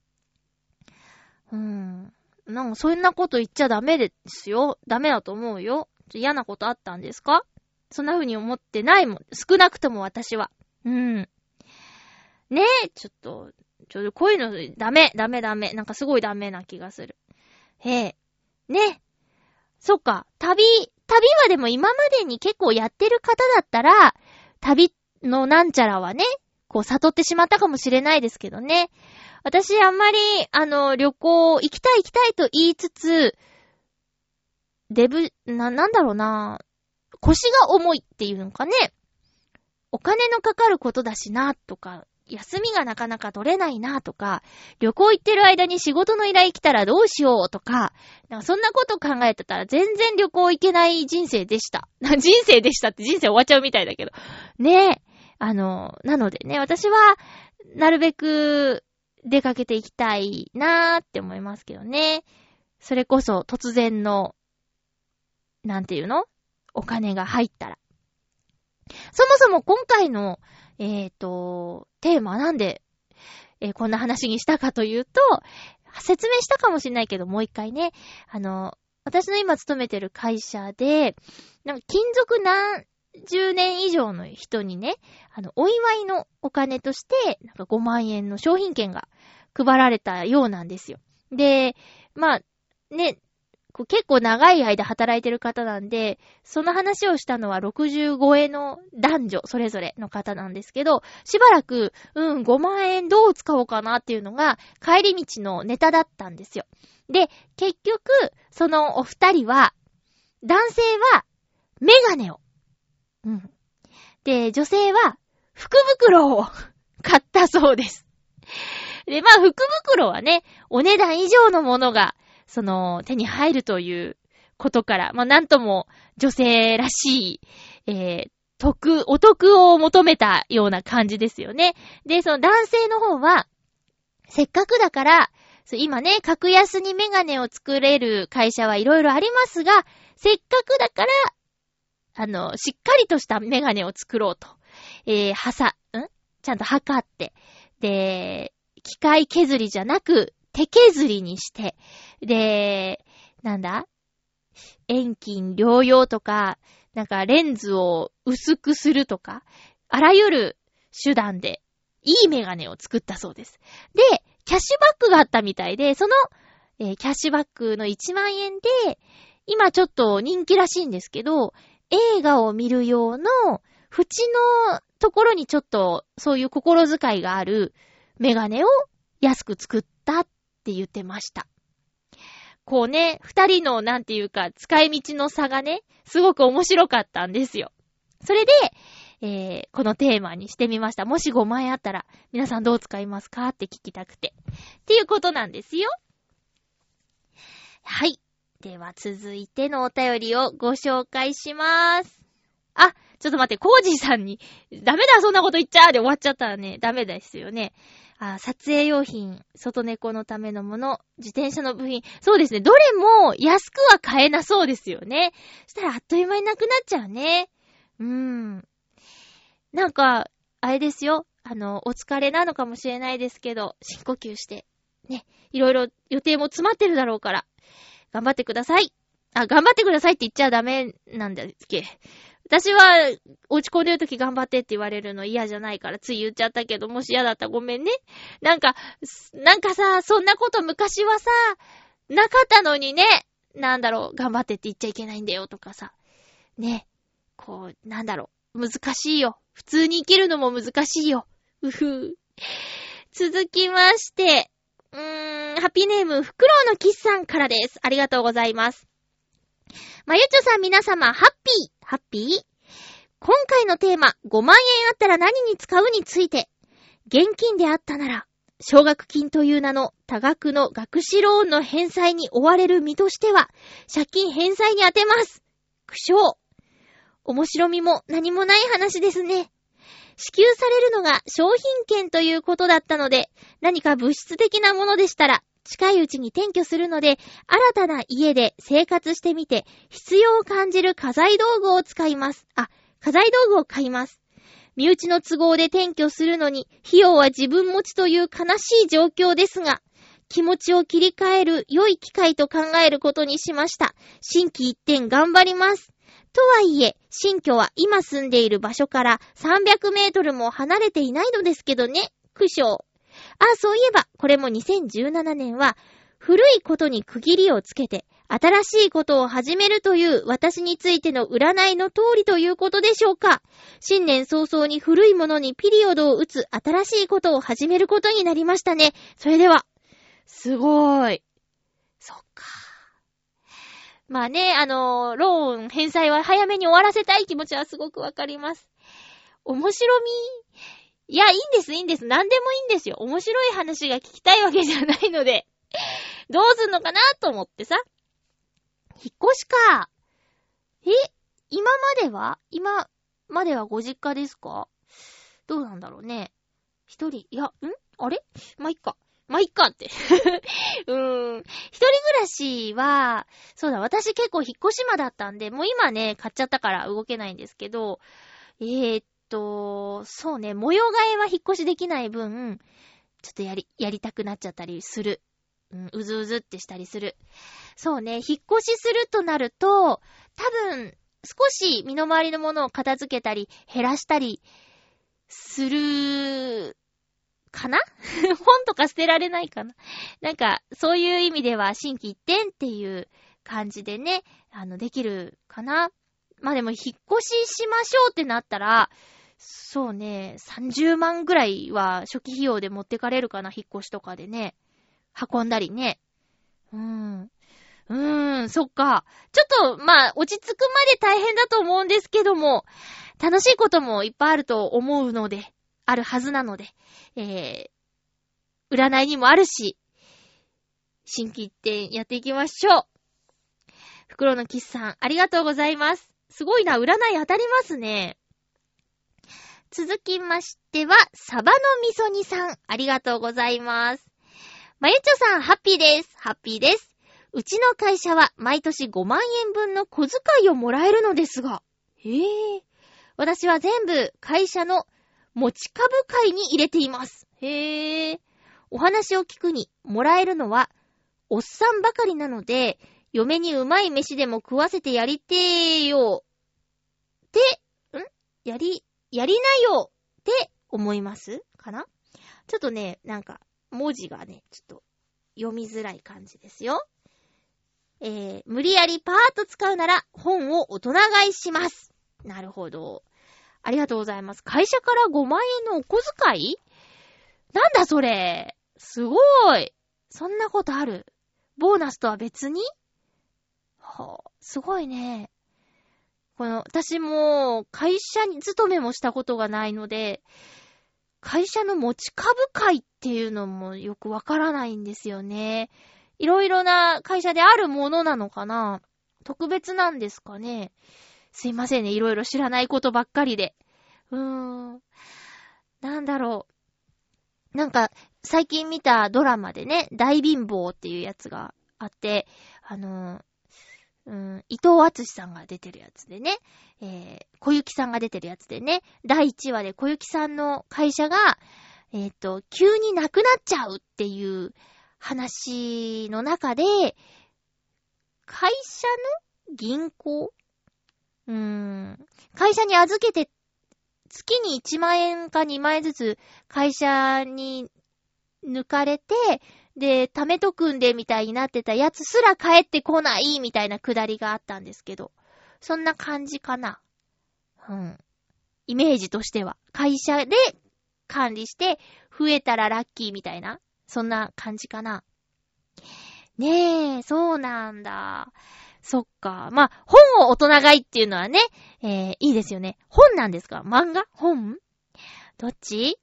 なんかそんなこと言っちゃダメですよ。ダメだと思うよ。嫌なことあったんですか？そんな風に思ってないもん。少なくとも私は。ねえ、ちょっとこういうのダメ。なんかすごいダメな気がする。ね。そっか。旅はでも今までに結構やってる方だったら、旅のなんちゃらはね、こう悟ってしまったかもしれないですけどね。私あんまり、旅行行きたいと言いつつ、なんだろうな、腰が重いっていうのかね。お金のかかることだしな、とか、休みがなかなか取れないなとか、旅行行ってる間に仕事の依頼来たらどうしようとか、なんかそんなこと考えてたら全然旅行行けない人生でした。人生でしたって人生終わっちゃうみたいだけど。ねえ。なのでね、私は、なるべく出かけていきたいなーって思いますけどね。それこそ突然の、なんていうの？お金が入ったら。そもそも今回の、テーマなんで、こんな話にしたかというと、説明したかもしれないけど、もう一回ね、私の今勤めてる会社で、なんか勤続何十年以上の人にね、お祝いのお金として、なんか5万円の商品券が配られたようなんですよ。で、まあ、ね、結構長い間働いてる方なんで、その話をしたのは60超えの男女それぞれの方なんですけど、しばらく、5万円どう使おうかなっていうのが帰り道のネタだったんですよ。で、結局、そのお二人は、男性はメガネを。で、女性は福袋を買ったそうです。で、まあ福袋はね、お値段以上のものが、手に入るということから、なんとも女性らしい、お得を求めたような感じですよね。で、その男性の方は、せっかくだから、今ね、格安にメガネを作れる会社はいろいろありますが、せっかくだから、しっかりとしたメガネを作ろうと。ちゃんと測って。で、機械削りじゃなく、手削りにして。で、遠近両用とか、レンズを薄くするとか、あらゆる手段で、いいメガネを作ったそうです。で、キャッシュバックがあったみたいで、その、キャッシュバックの1万円で、今ちょっと人気らしいんですけど、映画を見る用の、縁のところにちょっと、そういう心遣いがあるメガネを安く作ったって言ってました。こうね、二人の使い道の差がね、すごく面白かったんですよ。それで、このテーマにしてみました。もし5万円あったら、皆さんどう使いますかって聞きたくて。っていうことなんですよ。はい。では続いてのお便りをご紹介します。あ、ちょっと待って、コージーさんに、ダメだ、そんなこと言っちゃーで終わっちゃったらね、ダメですよね。撮影用品、外猫のためのもの、自転車の部品。そうですね、どれも安くは買えなそうですよね。そしたらあっという間になくなっちゃうね。あれですよ。お疲れなのかもしれないですけど、深呼吸して、ね、いろいろ予定も詰まってるだろうから、頑張ってください。頑張ってくださいって言っちゃダメなんだっけ。私は落ち込んでるとき頑張ってって言われるの嫌じゃないからつい言っちゃったけど、もし嫌だったらごめんね。さ、そんなこと昔はさ、なかったのにね。頑張ってって言っちゃいけないんだよとかさ。ね。難しいよ。普通に生きるのも難しいよ。続きまして、ハッピーネーム、フクロウのキスさんからです。ありがとうございます。まゆちょさん皆様、ハッピー今回のテーマ、5万円あったら何に使うについて、現金であったなら、奨学金という名の多額の学資ローンの返済に追われる身としては、借金返済に充てます。苦笑。面白みも何もない話ですね。支給されるのが商品券ということだったので、何か物質的なものでしたら、近いうちに転居するので、新たな家で生活してみて、必要を感じる家財道具を買います。身内の都合で転居するのに、費用は自分持ちという悲しい状況ですが、気持ちを切り替える良い機会と考えることにしました。心機一転頑張ります。とはいえ、新居は今住んでいる場所から300メートルも離れていないのですけどね。苦笑。そういえば、これも2017年は、古いことに区切りをつけて、新しいことを始めるという私についての占いの通りということでしょうか。新年早々に古いものにピリオドを打つ新しいことを始めることになりましたね。それでは、すごーい。そっか。ローン返済は早めに終わらせたい気持ちはすごくわかります。面白み、いや、いいんです。何でもいいんですよ。面白い話が聞きたいわけじゃないので、どうすんのかなと思ってさ。引っ越しか。今まではご実家ですか？どうなんだろうね。一人、あれ？まあ、いっかって。一人暮らしは、そうだ、私結構引っ越し間だったんで、もう今ね、買っちゃったから動けないんですけど、そうね、模様替えは引っ越しできない分、ちょっとやりたくなっちゃったりする。うずうずってしたりする。そうね、引っ越しするとなると、多分、少し身の回りのものを片付けたり、減らしたり、する、かな本とか捨てられないかな。そういう意味では、心機一転っていう感じでね、できるかな。まあでも、引っ越ししましょうってなったら、そうね、30万ぐらいは初期費用で持ってかれるかな、引っ越しとかでね。運んだりね。そっか。ちょっと、落ち着くまで大変だと思うんですけども、楽しいこともいっぱいあると思うので、あるはずなので、占いにもあるし、心機一転やっていきましょう。 袋のキスさん、ありがとうございます。すごいな、占い当たりますね。続きましては、サバの味噌煮さん、ありがとうございます。まゆちょさん、ハッピーです。ハッピーです。うちの会社は毎年5万円分の小遣いをもらえるのですが、私は全部会社の持ち株会に入れています。お話を聞くに、もらえるのは、おっさんばかりなので、嫁にうまい飯でも食わせてやりてーよ。やりなよって思いますかな？ちょっとね、なんか、文字がね、ちょっと読みづらい感じですよ。無理やりパーッと使うなら本を大人買いします。なるほど。ありがとうございます。会社から5万円のお小遣い？なんだそれ。すごい。そんなことある？ボーナスとは別に？すごいね。私も会社に勤めもしたことがないので、会社の持ち株会っていうのもよくわからないんですよね。いろいろな会社であるものなのかな？特別なんですかね？すいませんね、いろいろ知らないことばっかりで。なんだろう。なんか、最近見たドラマでね、大貧乏っていうやつがあって、伊藤敦さんが出てるやつでね、小雪さんが出てるやつでね、第1話で小雪さんの会社が、急になくなっちゃうっていう話の中で、会社の銀行？会社に預けて、月に1万円か2万円ずつ会社に抜かれて、で、貯めとくんでみたいになってたやつすら帰ってこないみたいなくだりがあったんですけど、そんな感じかな。イメージとしては。会社で管理して増えたらラッキーみたいな、そんな感じかな。ねえ、そうなんだ。そっか。まあ、本を大人買いっていうのはね、いいですよね。本なんですか？漫画？本？どっち？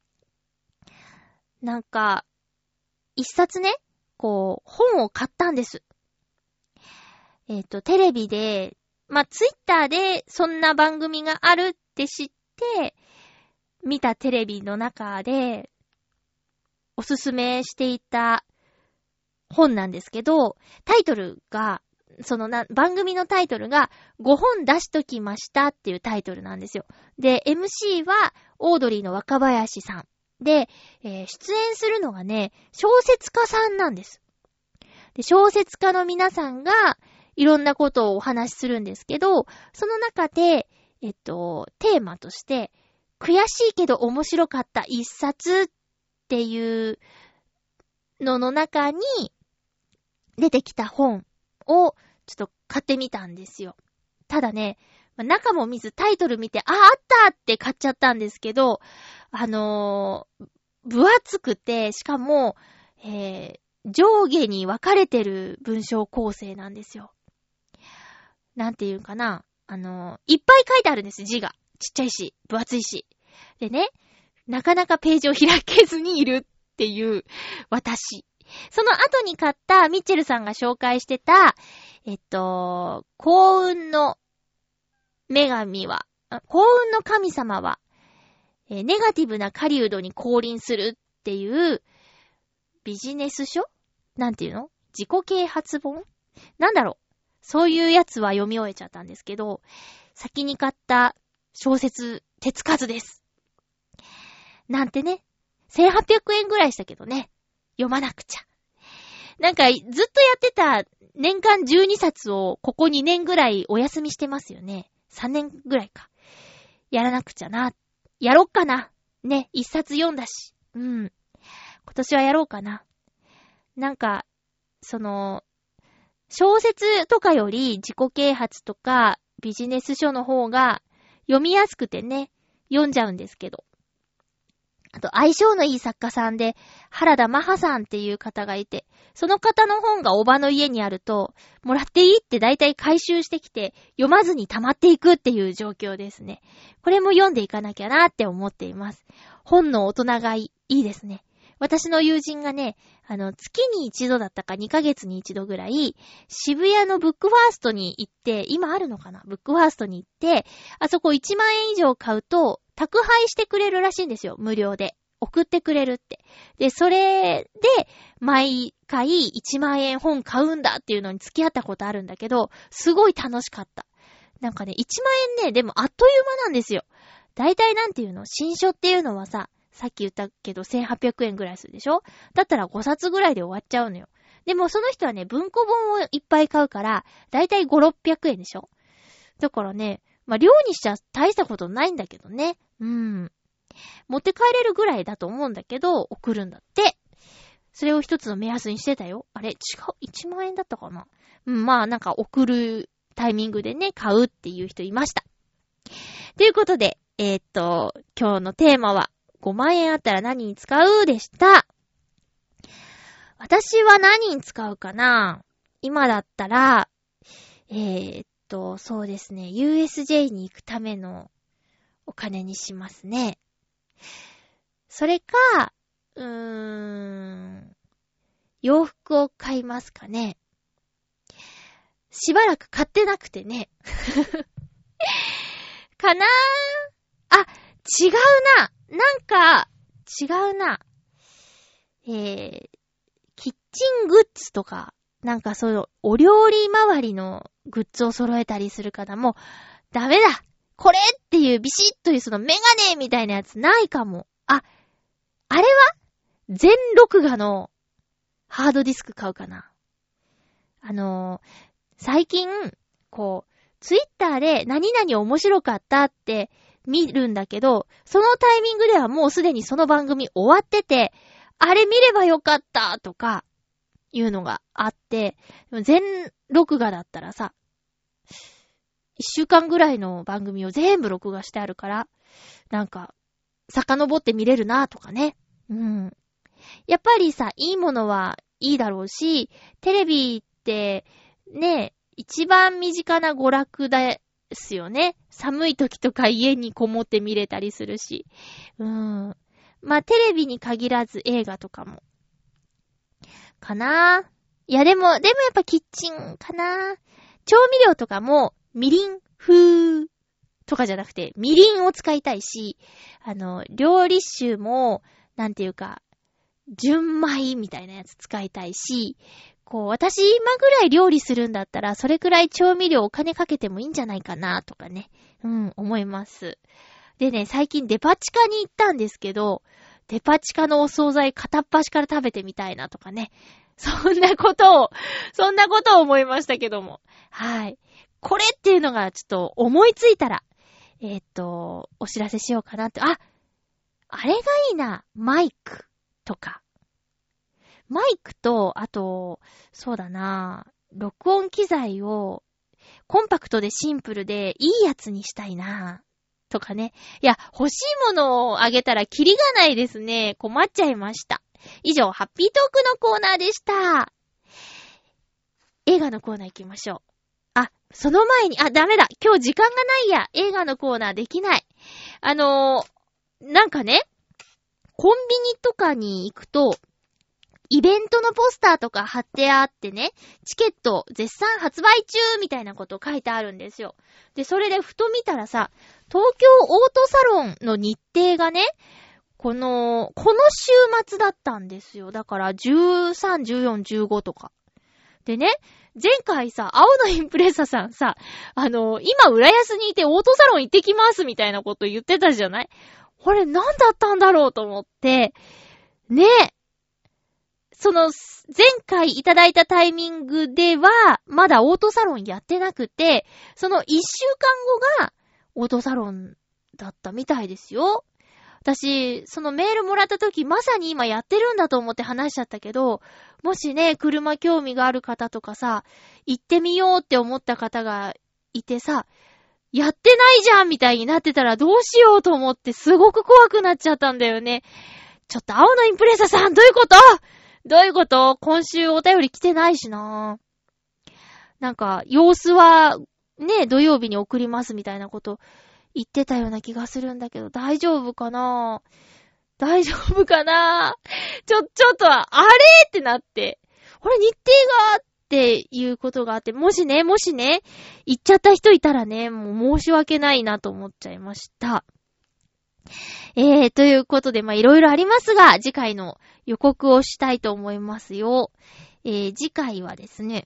なんか、一冊ね、本を買ったんです。テレビで、ツイッターでそんな番組があるって知って、見たテレビの中で、おすすめしていた本なんですけど、タイトルが、番組のタイトルが5本出しときましたっていうタイトルなんですよ。で、MC はオードリーの若林さん。で、出演するのがね、小説家さんなんです。で、小説家の皆さんがいろんなことをお話しするんですけど、その中で、テーマとして、悔しいけど面白かった一冊っていうのの中に出てきた本をちょっと買ってみたんですよ。ただね、中も見ずタイトル見て、あったって買っちゃったんですけど、分厚くて、しかも、上下に分かれてる文章構成なんですよ。なんていうかな、いっぱい書いてあるんです、字が。ちっちゃいし、分厚いし。でね、なかなかページを開けずにいるっていう私。その後に買ったミッチェルさんが紹介してた、幸運の女神は、幸運の神様は、ネガティブな狩人に降臨するっていうビジネス書？なんていうの？自己啓発本？なんだろう。そういうやつは読み終えちゃったんですけど、先に買った小説、手つかずです。なんてね、1800円ぐらいしたけどね、読まなくちゃ。なんかずっとやってた年間12冊をここ2年ぐらいお休みしてますよね。3年ぐらいか。やらなくちゃな。やろっかな。ね、1冊読んだし。今年はやろうかな。なんか、小説とかより自己啓発とかビジネス書の方が読みやすくてね、読んじゃうんですけど。あと相性のいい作家さんで原田マハさんっていう方がいて、その方の本がおばの家にあると、もらっていいって大体回収してきて、読まずに溜まっていくっていう状況ですね。これも読んでいかなきゃなって思っています。本の大人買い、いいですね。 私の友人がね、月に一度だったか2ヶ月に一度ぐらい、渋谷のブックファーストに行って、今あるのかな？ブックファーストに行って、あそこ1万円以上買うと、宅配してくれるらしいんですよ。無料で。送ってくれるって。で、それで、毎回1万円本買うんだっていうのに付き合ったことあるんだけど、すごい楽しかった。なんかね、1万円ね、でもあっという間なんですよ。だいたいなんていうの？新書っていうのはさっき言ったけど1800円ぐらいするでしょ？だったら5冊ぐらいで終わっちゃうのよ。でもその人はね、文庫本をいっぱい買うから、だいたい5、600円でしょ？だからね、量にしちゃ大したことないんだけどね。持って帰れるぐらいだと思うんだけど、送るんだって。それを一つの目安にしてたよ。あれ？違う ?1 万円だったかな？なんか送るタイミングでね、買うっていう人いました。ということで、今日のテーマは、5万円あったら何に使うでした。私は何に使うかな？今だったら、そうですね、USJ に行くためのお金にしますね。それか、洋服を買いますかね。しばらく買ってなくてね。かなー？違うな。なんか、違うな。キッチングッズとか、なんかそういう、お料理周りのグッズを揃えたりするからもう、ダメだ！これっていうビシッというそのメガネみたいなやつないかも。あれは全録画のハードディスク買うかな。最近、ツイッターで何々面白かったって見るんだけど、そのタイミングではもうすでにその番組終わってて、あれ見ればよかったとかいうのがあって、全録画だったらさ、1週間ぐらいの番組を全部録画してあるから、なんか、遡って見れるなとかね。やっぱりさ、いいものはいいだろうし、テレビってね、一番身近な娯楽ですよね。寒い時とか家にこもって見れたりするし。テレビに限らず映画とかも。かな？いやでもやっぱキッチンかな？調味料とかも、みりん風とかじゃなくて、みりんを使いたいし、料理酒も、なんていうか、純米みたいなやつ使いたいし、私今ぐらい料理するんだったら、それくらい調味料お金かけてもいいんじゃないかなとかね。思います。でね、最近デパ地下に行ったんですけど、デパ地下のお惣菜片っ端から食べてみたいなとかね。そんなことを思いましたけども。はい。これっていうのがちょっと思いついたら、お知らせしようかなって。あれがいいな。マイクとか。マイクと、あと、そうだな、録音機材をコンパクトでシンプルでいいやつにしたいな。とかね。いや、欲しいものをあげたらキリがないですね。困っちゃいました。以上、ハッピートークのコーナーでした。映画のコーナー行きましょう。その前に、ダメだ。今日時間がないや。映画のコーナーできない。なんかね、コンビニとかに行くと、イベントのポスターとか貼ってあってね、チケット絶賛発売中みたいなこと書いてあるんですよ。で、それでふと見たらさ、東京オートサロンの日程がね、この週末だったんですよ。だから13、14、15とか。でね、前回さ、青のインプレッサさんさ、今浦安にいてオートサロン行ってきますみたいなこと言ってたじゃない？これ何だったんだろうと思って、ね、その前回いただいたタイミングではまだオートサロンやってなくて、その1週間後がオートサロンだったみたいですよ。私、そのメールもらった時まさに今やってるんだと思って話しちゃったけど、もしね、車興味がある方とかさ、行ってみようって思った方がいてさ、やってないじゃんみたいになってたらどうしようと思ってすごく怖くなっちゃったんだよね。ちょっと青のインプレッサさん、どういうこと？今週お便り来てないしな。なんか、様子はね、土曜日に送りますみたいなこと言ってたような気がするんだけど、大丈夫かな？ 大丈夫かな？ちょっと、あれってなって、これ日程がっていうことがあって、もしね、行っちゃった人いたらね、もう申し訳ないなと思っちゃいました。ということで、いろいろありますが、次回の予告をしたいと思いますよ。次回はですね、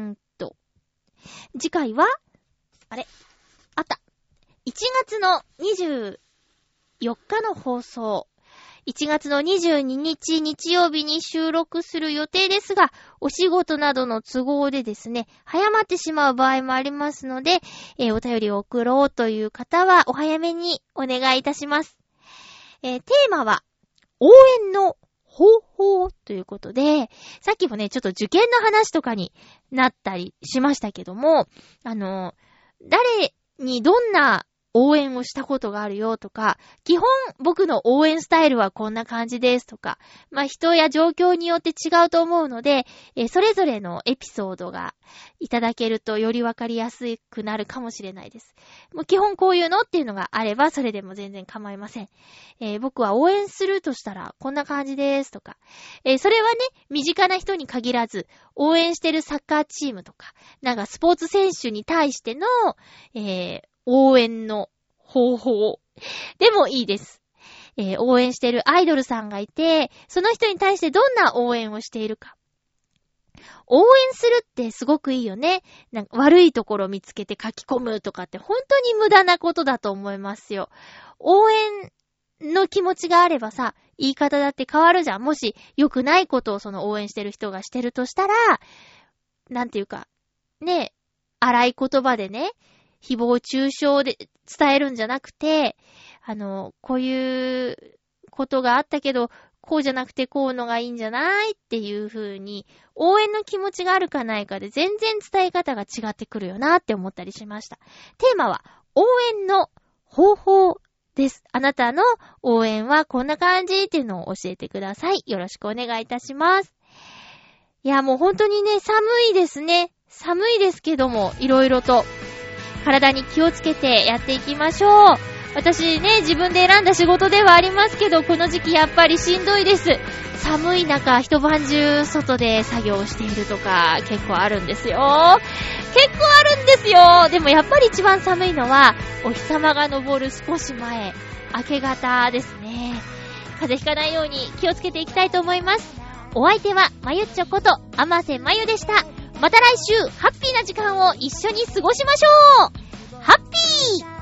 次回は、あった。1月の24日の放送。1月の22日日曜日に収録する予定ですが、お仕事などの都合でですね、早まってしまう場合もありますので、お便りを送ろうという方はお早めにお願いいたします。テーマは、応援の方法ということで、さっきもね、ちょっと受験の話とかになったりしましたけども、誰にどんな応援をしたことがあるよとか、基本僕の応援スタイルはこんな感じですとか、人や状況によって違うと思うので、それぞれのエピソードがいただけるとよりわかりやすくなるかもしれないです。もう基本こういうのっていうのがあればそれでも全然構いません。僕は応援するとしたらこんな感じですとか、それはね、身近な人に限らず、応援してるサッカーチームとか、スポーツ選手に対しての、応援の方法でもいいです。応援してるアイドルさんがいて、その人に対してどんな応援をしているか。応援するってすごくいいよね。悪いところ見つけて書き込むとかって本当に無駄なことだと思いますよ。応援の気持ちがあればさ、言い方だって変わるじゃん。もし良くないことをその応援してる人がしてるとしたら、なんていうか、ね、荒い言葉でね、誹謗中傷で伝えるんじゃなくて、こういうことがあったけど、こうじゃなくてこうのがいいんじゃないっていう風に、応援の気持ちがあるかないかで全然伝え方が違ってくるよなって思ったりしました。テーマは、応援の方法です。あなたの応援はこんな感じっていうのを教えてください。よろしくお願いいたします。いや、もう本当にね、寒いですね。寒いですけども、いろいろと。体に気をつけてやっていきましょう。私ね、自分で選んだ仕事ではありますけど、この時期やっぱりしんどいです。寒い中、一晩中外で作業しているとか結構あるんですよ。でもやっぱり一番寒いのはお日様が昇る少し前、明け方ですね。風邪ひかないように気をつけていきたいと思います。お相手はまゆっちょこと甘瀬まゆでした。また来週ハッピーな時間を一緒に過ごしましょう。ハッピー